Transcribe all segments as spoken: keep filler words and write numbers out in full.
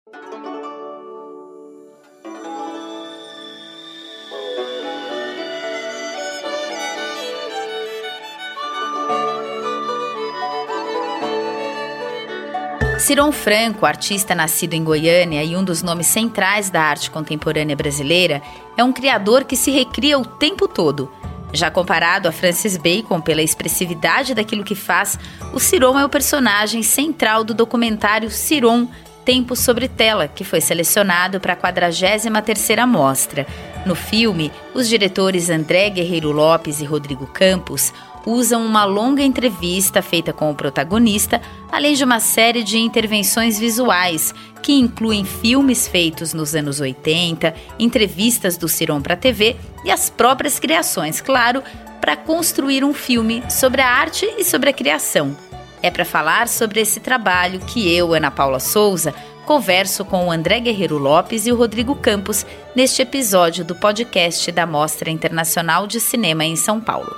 Ciron Franco, artista nascido em Goiânia e um dos nomes centrais da arte contemporânea brasileira, é um criador que se recria o tempo todo. Já comparado a Francis Bacon pela expressividade daquilo que faz, o Ciron é o personagem central do documentário Ciron, Tempo sobre Tela, que foi selecionado para a quadragésima terceira mostra. No filme, os diretores André Guerreiro Lopes e Rodrigo Campos usam uma longa entrevista feita com o protagonista, além de uma série de intervenções visuais, que incluem filmes feitos nos anos oitenta, entrevistas do Ciron para a T V e as próprias criações, claro, para construir um filme sobre a arte e sobre a criação. É para falar sobre esse trabalho que eu, Ana Paula Souza, converso com o André Guerreiro Lopes e o Rodrigo Campos neste episódio do podcast da Mostra Internacional de Cinema em São Paulo.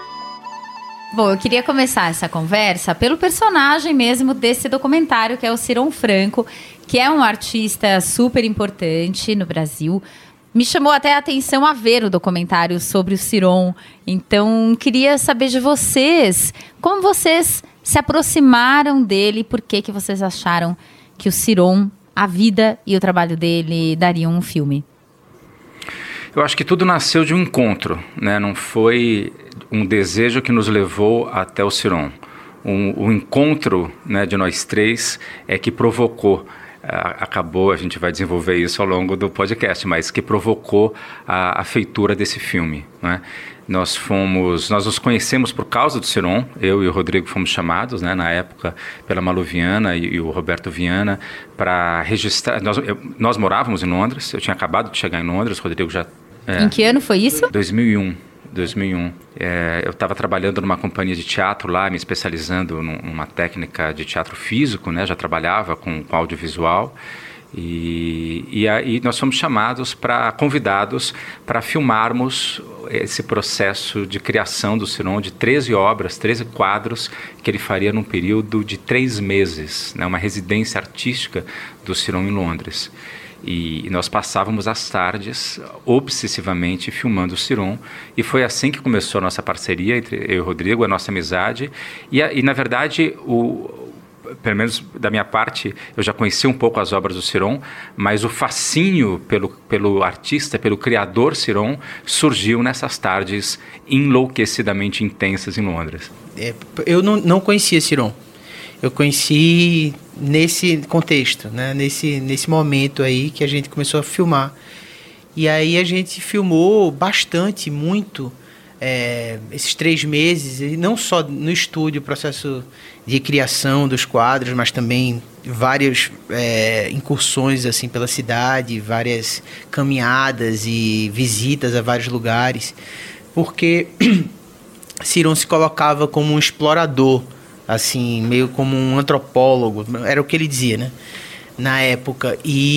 Bom, eu queria começar essa conversa pelo personagem mesmo desse documentário, que é o Ciron Franco, que é um artista super importante no Brasil. Me chamou até a atenção a ver o documentário sobre o Ciron. Então, queria saber de vocês, como vocês se aproximaram dele, por que que vocês acharam que o Ciron, a vida e o trabalho dele dariam um filme? Eu acho que tudo nasceu de um encontro, né? Não foi um desejo que nos levou até o Ciron. Um, o encontro, né, de nós três é que provocou, a, acabou, a gente vai desenvolver isso ao longo do podcast, mas que provocou a, a feitura desse filme, né? Nós fomos, nós nos conhecemos por causa do Ciron, eu e o Rodrigo fomos chamados, né, na época, pela Malu Viana e, e o Roberto Viana, para registrar. Nós, eu, nós morávamos em Londres, eu tinha acabado de chegar em Londres, o Rodrigo já... É, em que ano foi isso? dois mil e um. dois mil e um. É, eu estava trabalhando numa companhia de teatro lá, me especializando numa técnica de teatro físico, né, já trabalhava com, com audiovisual. E, e aí nós fomos chamados para, convidados para filmarmos esse processo de criação do Ciron, de treze obras, treze quadros que ele faria num período de três meses, né, uma residência artística do Ciron em Londres. E nós passávamos as tardes obsessivamente filmando o Ciron, e foi assim que começou a nossa parceria entre eu e o Rodrigo, a nossa amizade. E, e na verdade, o pelo menos da minha parte, eu já conheci um pouco as obras do Ciron, mas o fascínio pelo, pelo artista, pelo criador Ciron, surgiu nessas tardes enlouquecidamente intensas em Londres. É, eu não, não conhecia Ciron. Eu conheci nesse contexto, né? nesse, nesse momento aí que a gente começou a filmar. E aí a gente filmou bastante, muito, É, esses três meses, e não só no estúdio, o processo de criação dos quadros, mas também várias é, incursões assim pela cidade, várias caminhadas e visitas a vários lugares, porque Ciron se colocava como um explorador, assim, meio como um antropólogo, era o que ele dizia, né? Na época,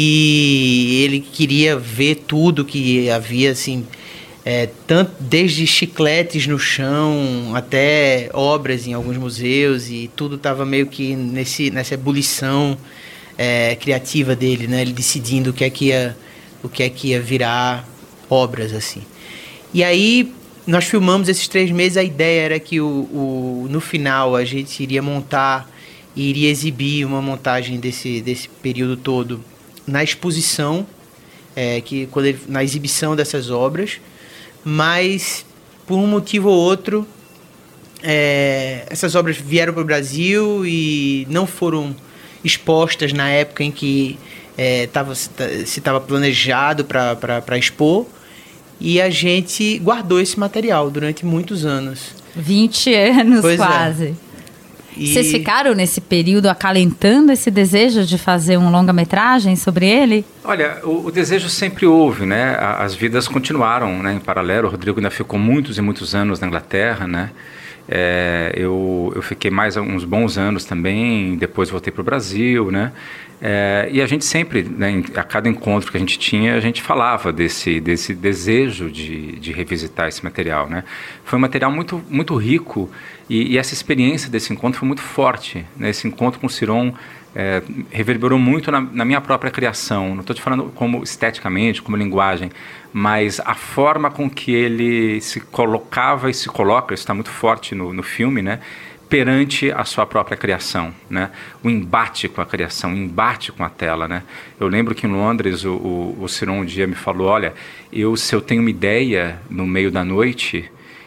e ele queria ver tudo que havia, assim, É, tanto desde chicletes no chão até obras em alguns museus, e tudo estava meio que nesse, nessa ebulição é, criativa dele, né? Ele decidindo o que é que ia, o que é que ia virar obras, assim. E aí nós filmamos esses três meses. A ideia era que o, o, no final a gente iria montar e iria exibir uma montagem desse, desse período todo na exposição, é, que, quando ele, na exibição dessas obras. Mas, por um motivo ou outro, é, essas obras vieram para o Brasil e não foram expostas na época em que é, tava, se estava planejado para expor, e a gente guardou esse material durante muitos anos. vinte anos, pois quase. É. E... Vocês ficaram nesse período acalentando esse desejo de fazer um longa-metragem sobre ele? Olha, o, o desejo sempre houve, né? As vidas continuaram, né, em paralelo. O Rodrigo ainda ficou muitos e muitos anos na Inglaterra, né? É, eu, eu fiquei mais uns bons anos também, depois voltei para o Brasil, né? É, e a gente sempre, né, a cada encontro que a gente tinha, a gente falava desse, desse desejo de, de revisitar esse material, né? Foi um material muito, muito rico, e, e essa experiência desse encontro foi muito forte, né? Esse encontro com o Ciron é, reverberou muito na, na minha própria criação. Não estou te falando como esteticamente, como linguagem, mas a forma com que ele se colocava e se coloca, isso está muito forte no, no filme, né? Perante a sua própria criação, né? O embate com a criação, o embate com a tela, né? Eu lembro que em Londres o, o, o Ciron um dia me falou, olha, eu, se eu tenho uma ideia no meio da noite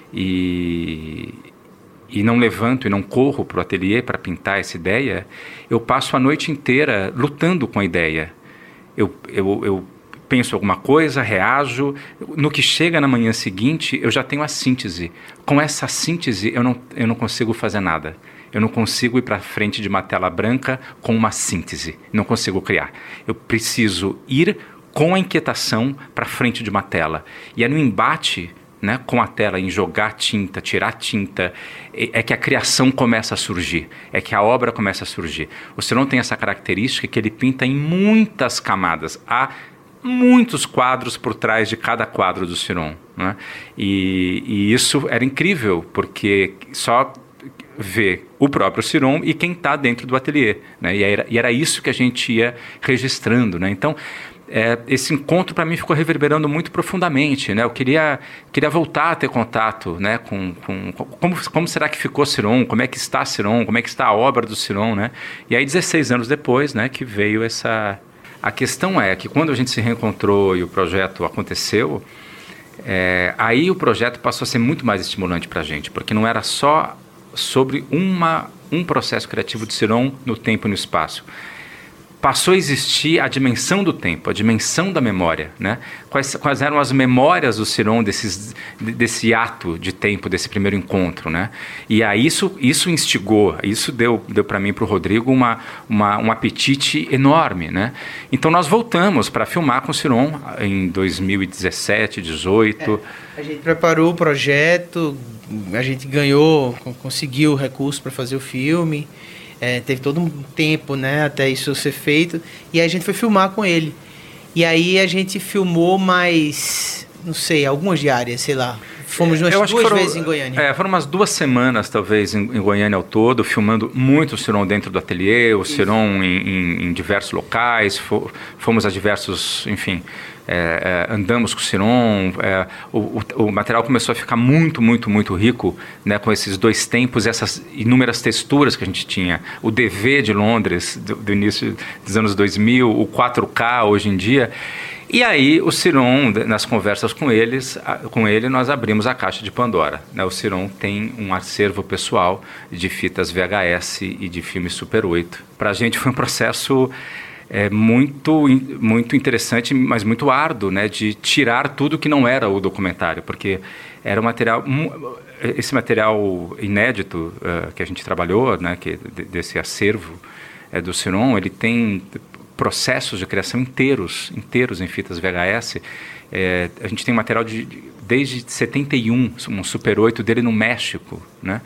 e... e não levanto e não corro para o ateliê para pintar essa ideia, eu passo a noite inteira lutando com a ideia. Eu, eu, eu penso alguma coisa, reajo, no que chega na manhã seguinte, eu já tenho a síntese. Com essa síntese, eu não, eu não consigo fazer nada. Eu não consigo ir para frente de uma tela branca com uma síntese. Não consigo criar. Eu preciso ir com a inquietação para frente de uma tela. E é no embate... né, com a tela, em jogar tinta, tirar tinta, é que a criação começa a surgir, é que a obra começa a surgir. O Ciron tem essa característica que ele pinta em muitas camadas, há muitos quadros por trás de cada quadro do Ciron, né? E, e isso era incrível, porque só vê o próprio Ciron e quem está dentro do ateliê, né? E era, e era isso que a gente ia registrando, né? Então, É, esse encontro para mim ficou reverberando muito profundamente, né? Eu queria, queria voltar a ter contato, né? com, com como, como será que ficou Ciron, como é que está Ciron, como é que está a obra do Ciron, né? E aí dezesseis anos depois, né, que veio essa... A questão é que quando a gente se reencontrou e o projeto aconteceu, é, aí o projeto passou a ser muito mais estimulante para a gente, porque não era só sobre uma, um processo criativo de Ciron no tempo e no espaço. Passou a existir a dimensão do tempo, a dimensão da memória, né? Quais, quais eram as memórias do Ciron desses, desse ato de tempo, desse primeiro encontro, né? E aí isso, isso instigou, isso deu, deu para mim e para o Rodrigo uma, uma, um apetite enorme, né? Então nós voltamos para filmar com o Ciron em dois mil e dezessete, dezoito. É, a gente preparou o projeto, a gente ganhou, conseguiu o recurso para fazer o filme. É, teve todo um tempo, né, até isso ser feito, e aí a gente foi filmar com ele. E aí a gente filmou mais, não sei, algumas diárias, sei lá. Fomos umas duas foram, vezes em Goiânia. É, foram umas duas semanas, talvez, em, em Goiânia ao todo, filmando muito o Ciron dentro do ateliê, o Ciron em, em, em diversos locais, fo, fomos a diversos, enfim... É, é, andamos com o Ciron, é, o, o, o material começou a ficar muito, muito, muito rico, né, com esses dois tempos, essas inúmeras texturas que a gente tinha. O D V de Londres, do, do início dos anos dois mil, o quatro K hoje em dia. E aí o Ciron, nas conversas com, eles, com ele, nós abrimos a caixa de Pandora, né? O Ciron tem um acervo pessoal de fitas V H S e de filmes Super oito. Para a gente foi um processo... É muito, muito interessante, mas muito árduo, né, de tirar tudo que não era o documentário, porque era um material, esse material inédito uh, que a gente trabalhou, né, que, desse acervo é, do Ciron, ele tem processos de criação inteiros, inteiros em fitas V H S. É, a gente tem material de, de, desde setenta e um, um Super oito dele no México, né?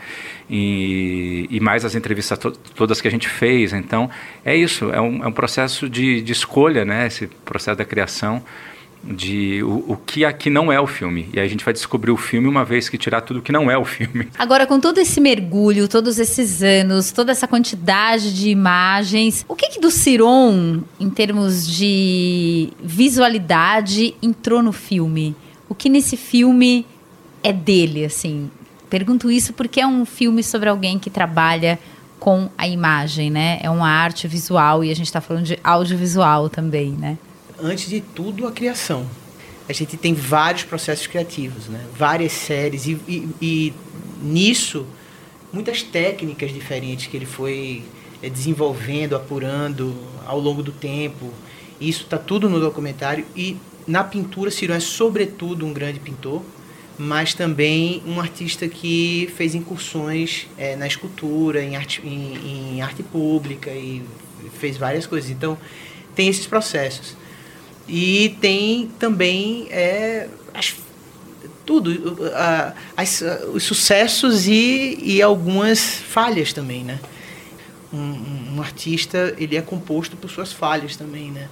E, e mais as entrevistas to, todas que a gente fez. Então, é isso, é um, é um processo de, de escolha, né? Esse processo da criação de o, o que aqui não é o filme. E aí a gente vai descobrir o filme uma vez que tirar tudo que não é o filme. Agora, com todo esse mergulho, todos esses anos, toda essa quantidade de imagens, o que que do Ciron, em termos de visualidade, entrou no filme? O que nesse filme é dele, assim? Pergunto isso porque é um filme sobre alguém que trabalha com a imagem, né? É uma arte visual e a gente está falando de audiovisual também, né? Antes de tudo, a criação. A gente tem vários processos criativos, né? Várias séries e, e, e nisso, muitas técnicas diferentes que ele foi é, desenvolvendo, apurando ao longo do tempo. Isso está tudo no documentário. E na pintura, Ciron é sobretudo um grande pintor, mas também um artista que fez incursões é, na escultura, em arte, em, em arte pública e fez várias coisas. Então, tem esses processos. E tem também é, as, tudo, a, as, os sucessos e, e algumas falhas também, né? Um, um artista, ele é composto por suas falhas também, né?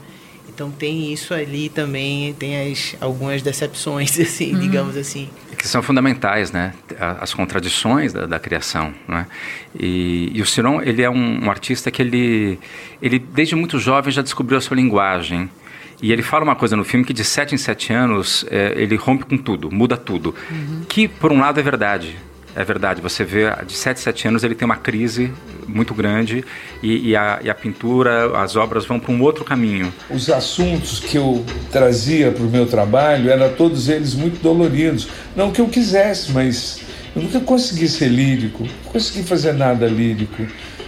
Então tem isso ali também, tem as, algumas decepções, assim, hum. digamos assim. Que são fundamentais, né? As contradições da, da criação, né? E, e o Ciron, ele é um, um artista que ele, ele, desde muito jovem, já descobriu a sua linguagem. E ele fala uma coisa no filme que de sete em sete anos é, ele rompe com tudo, muda tudo. Uhum. Que, por um lado, é verdade. É verdade, você vê, de sete em sete anos ele tem uma crise muito grande e, e, a, e a pintura, as obras vão para um outro caminho. Os assuntos que eu trazia para o meu trabalho eram todos eles muito doloridos. Não que eu quisesse, mas eu nunca consegui ser lírico, não consegui fazer nada lírico,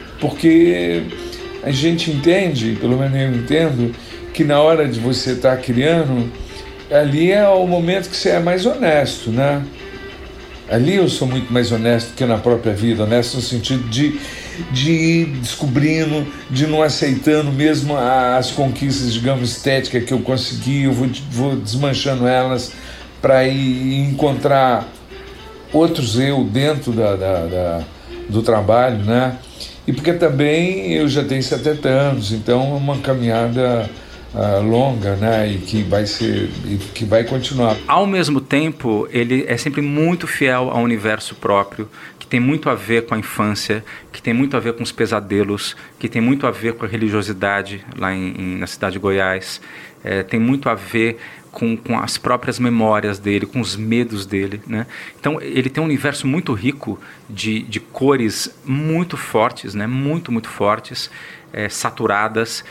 porque a gente entende, pelo menos eu entendo, que na hora de você estar criando, ali é o momento que você é mais honesto, né? Ali eu sou muito mais honesto que na própria vida, honesto no sentido de, de ir descobrindo, de não aceitando mesmo as conquistas, digamos, estéticas que eu consegui, eu vou, vou desmanchando elas para ir encontrar outros eu dentro da, da, da, do trabalho, né? E porque também eu já tenho setenta anos, então é uma caminhada Uh, longa, né, e que vai ser, e que vai continuar. Ao mesmo tempo, ele é sempre muito fiel ao universo próprio, que tem muito a ver com a infância, que tem muito a ver com os pesadelos, que tem muito a ver com a religiosidade lá em, em, na cidade de Goiás, é, tem muito a ver com, com as próprias memórias dele, com os medos dele, né? Então, ele tem um universo muito rico de, de cores muito fortes, né, muito, muito fortes, é, saturadas,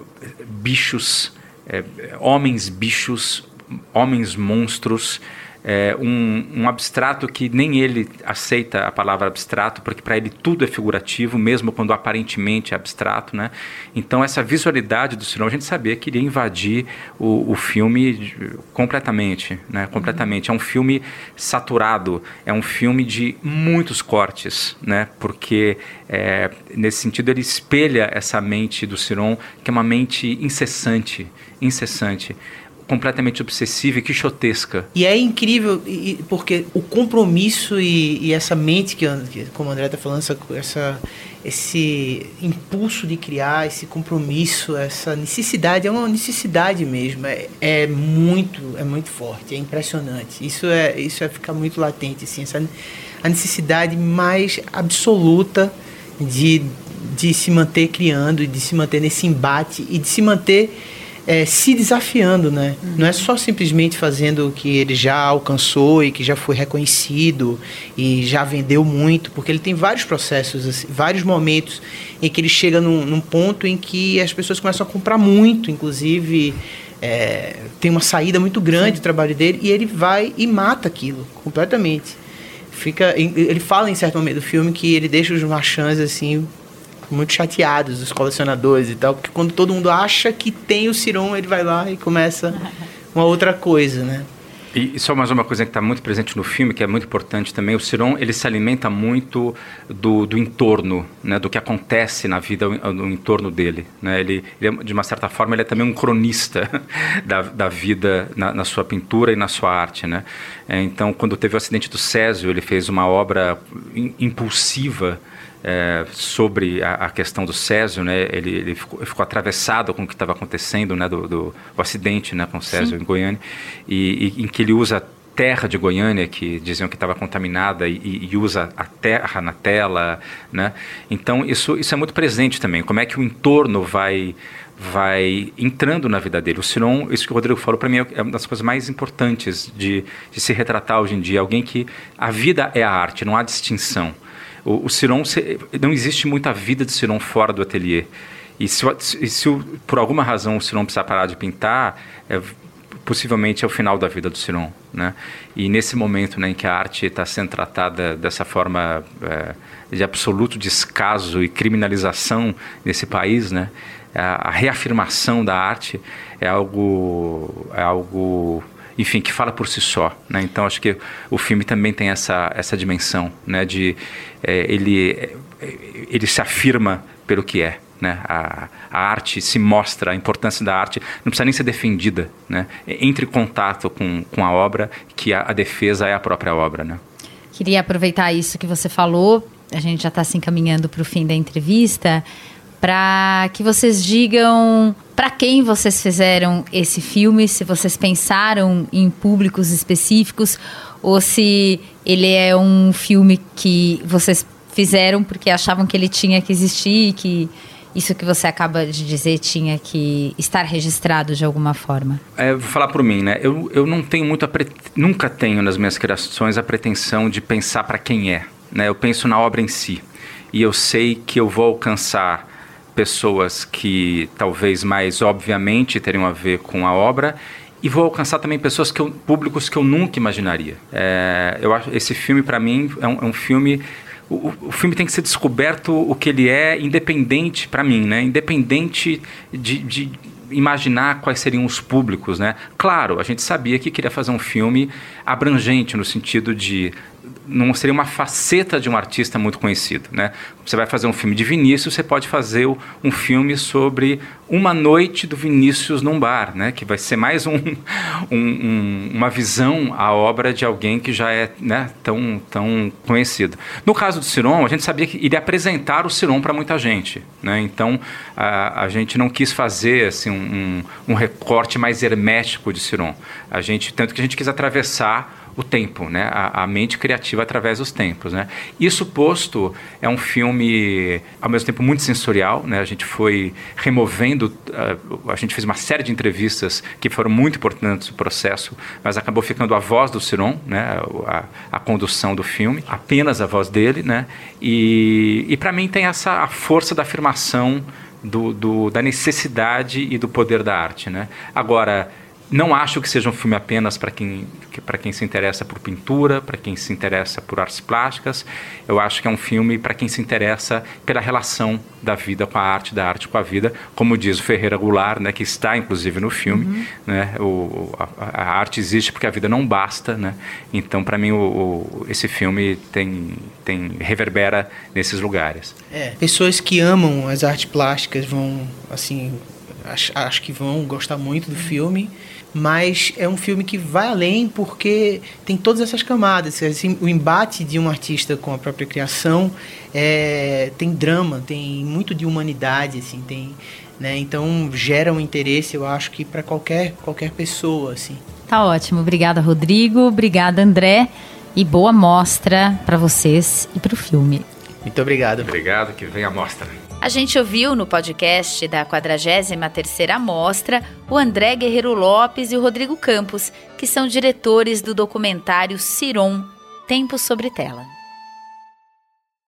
bichos, é, homens bichos, homens monstros, é, um, um abstrato que nem ele aceita a palavra abstrato, porque para ele tudo é figurativo, mesmo quando aparentemente é abstrato, né? Então essa visualidade do Ciron, a gente sabia que iria invadir o, o filme completamente, né? Completamente. É um filme saturado, é um filme de muitos cortes, né? Porque é, nesse sentido ele espelha essa mente do Ciron, que é uma mente incessante, incessante, completamente obsessiva e quixotesca. E é incrível, porque o compromisso e, e essa mente, que, como o André está falando, essa, essa, esse impulso de criar, esse compromisso, essa necessidade, é uma necessidade mesmo, é, é, muito, é muito forte, é impressionante. Isso é, isso é ficar muito latente, assim, essa, a necessidade mais absoluta de, de se manter criando, de se manter nesse embate e de se manter É, se desafiando, né? Uhum. Não é só simplesmente fazendo o que ele já alcançou e que já foi reconhecido e já vendeu muito, porque ele tem vários processos, assim, vários momentos em que ele chega num, num ponto em que as pessoas começam a comprar muito, inclusive é, tem uma saída muito grande do trabalho dele e ele vai e mata aquilo completamente. Fica, ele fala em certo momento do filme que ele deixa os marchands assim muito chateados, os colecionadores e tal, porque quando todo mundo acha que tem o Ciron, ele vai lá e começa uma outra coisa, né? E só mais uma coisa que está muito presente no filme, que é muito importante também, o Ciron, ele se alimenta muito do, do entorno, né, do que acontece na vida no entorno dele, né? Ele, ele, de uma certa forma, ele é também um cronista da, da vida na, na sua pintura e na sua arte, né? É, então, quando teve o acidente do Césio, ele fez uma obra in, impulsiva, É, sobre a, a questão do Césio, né? Ele, ele, ficou, ele ficou atravessado com o que estava acontecendo, né? Do, do o acidente, né? Com o Césio Sim. em Goiânia, e, e em que ele usa a terra de Goiânia, que diziam que estava contaminada, e, e usa a terra na tela, né? Então isso, isso é muito presente também, como é que o entorno vai, vai entrando na vida dele. O Ciron, isso que o Rodrigo falou, para mim é uma das coisas mais importantes de, de se retratar hoje em dia, alguém que a vida é a arte, não há distinção. O, o Ciron, não existe muita vida de Ciron fora do ateliê. E se, se, se por alguma razão o Ciron precisar parar de pintar, é, possivelmente é o final da vida do Ciron, né? E nesse momento, né, em que a arte está sendo tratada dessa forma é, de absoluto descaso e criminalização nesse país, né, a, a reafirmação da arte é algo... É algo enfim, que fala por si só, né? Então acho que o filme também tem essa, essa dimensão, né? De, é, ele, ele se afirma pelo que é, né? A, a arte se mostra, a importância da arte não precisa nem ser defendida, né? Entre em contato com, com a obra, que a, a defesa é a própria obra, né? Queria aproveitar isso que você falou, a gente já está se encaminhando para o fim da entrevista, para que vocês digam para quem vocês fizeram esse filme, se vocês pensaram em públicos específicos ou se ele é um filme que vocês fizeram porque achavam que ele tinha que existir e que isso que você acaba de dizer tinha que estar registrado de alguma forma. É, vou falar por mim, né? Eu, eu não tenho muito, pre... nunca tenho nas minhas criações a pretensão de pensar para quem é, né? Eu penso na obra em si e eu sei que eu vou alcançar pessoas que talvez mais obviamente teriam a ver com a obra e vou alcançar também pessoas que eu, públicos que eu nunca imaginaria. É, eu acho esse filme para mim é um, é um filme o, o filme tem que ser descoberto o que ele é, independente para mim, né? Independente de, de imaginar quais seriam os públicos, né? Claro, a gente sabia que queria fazer um filme abrangente no sentido de não seria uma faceta de um artista muito conhecido, né? Você vai fazer um filme de Vinícius, você pode fazer um filme sobre uma noite do Vinícius num bar, né? Que vai ser mais um, um, um, uma visão à obra de alguém que já é, né, tão, tão conhecido. No caso do Ciron, a gente sabia que iria apresentar o Ciron para muita gente, né? Então, a, a gente não quis fazer assim, um, um recorte mais hermético de Ciron. A gente, tanto que a gente quis atravessar o tempo, né? a, a mente criativa através dos tempos, né? Isso posto, é um filme ao mesmo tempo muito sensorial, né? A gente foi removendo, uh, a gente fez uma série de entrevistas que foram muito importantes no processo, mas acabou ficando a voz do Ciron, né? a, a condução do filme, apenas a voz dele, né? E, e para mim tem essa a força da afirmação do, do, da necessidade e do poder da arte, né? Agora, não acho que seja um filme apenas para quem, para quem se interessa por pintura, para quem se interessa por artes plásticas. Eu acho que é um filme para quem se interessa pela relação da vida com a arte, da arte com a vida, como diz o Ferreira Goulart, né, que está inclusive no filme. Uhum. Né, o, a, a arte existe porque a vida não basta, né? Então, para mim, o, o, esse filme tem, tem, reverbera nesses lugares. É, pessoas que amam as artes plásticas vão, assim, acho, acho que vão gostar muito do filme. Mas é um filme que vai além porque tem todas essas camadas. Assim, o embate de um artista com a própria criação é, tem drama, tem muito de humanidade, assim, tem, né? Então gera um interesse, eu acho que para qualquer, qualquer pessoa. Assim. Tá ótimo. Obrigada, Rodrigo. Obrigada, André. E boa mostra para vocês e para o filme. Muito obrigado. Obrigado, que venha a mostra. A gente ouviu no podcast da quadragésima terceira Mostra o André Guerreiro Lopes e o Rodrigo Campos, que são diretores do documentário Ciron, Tempo sobre Tela.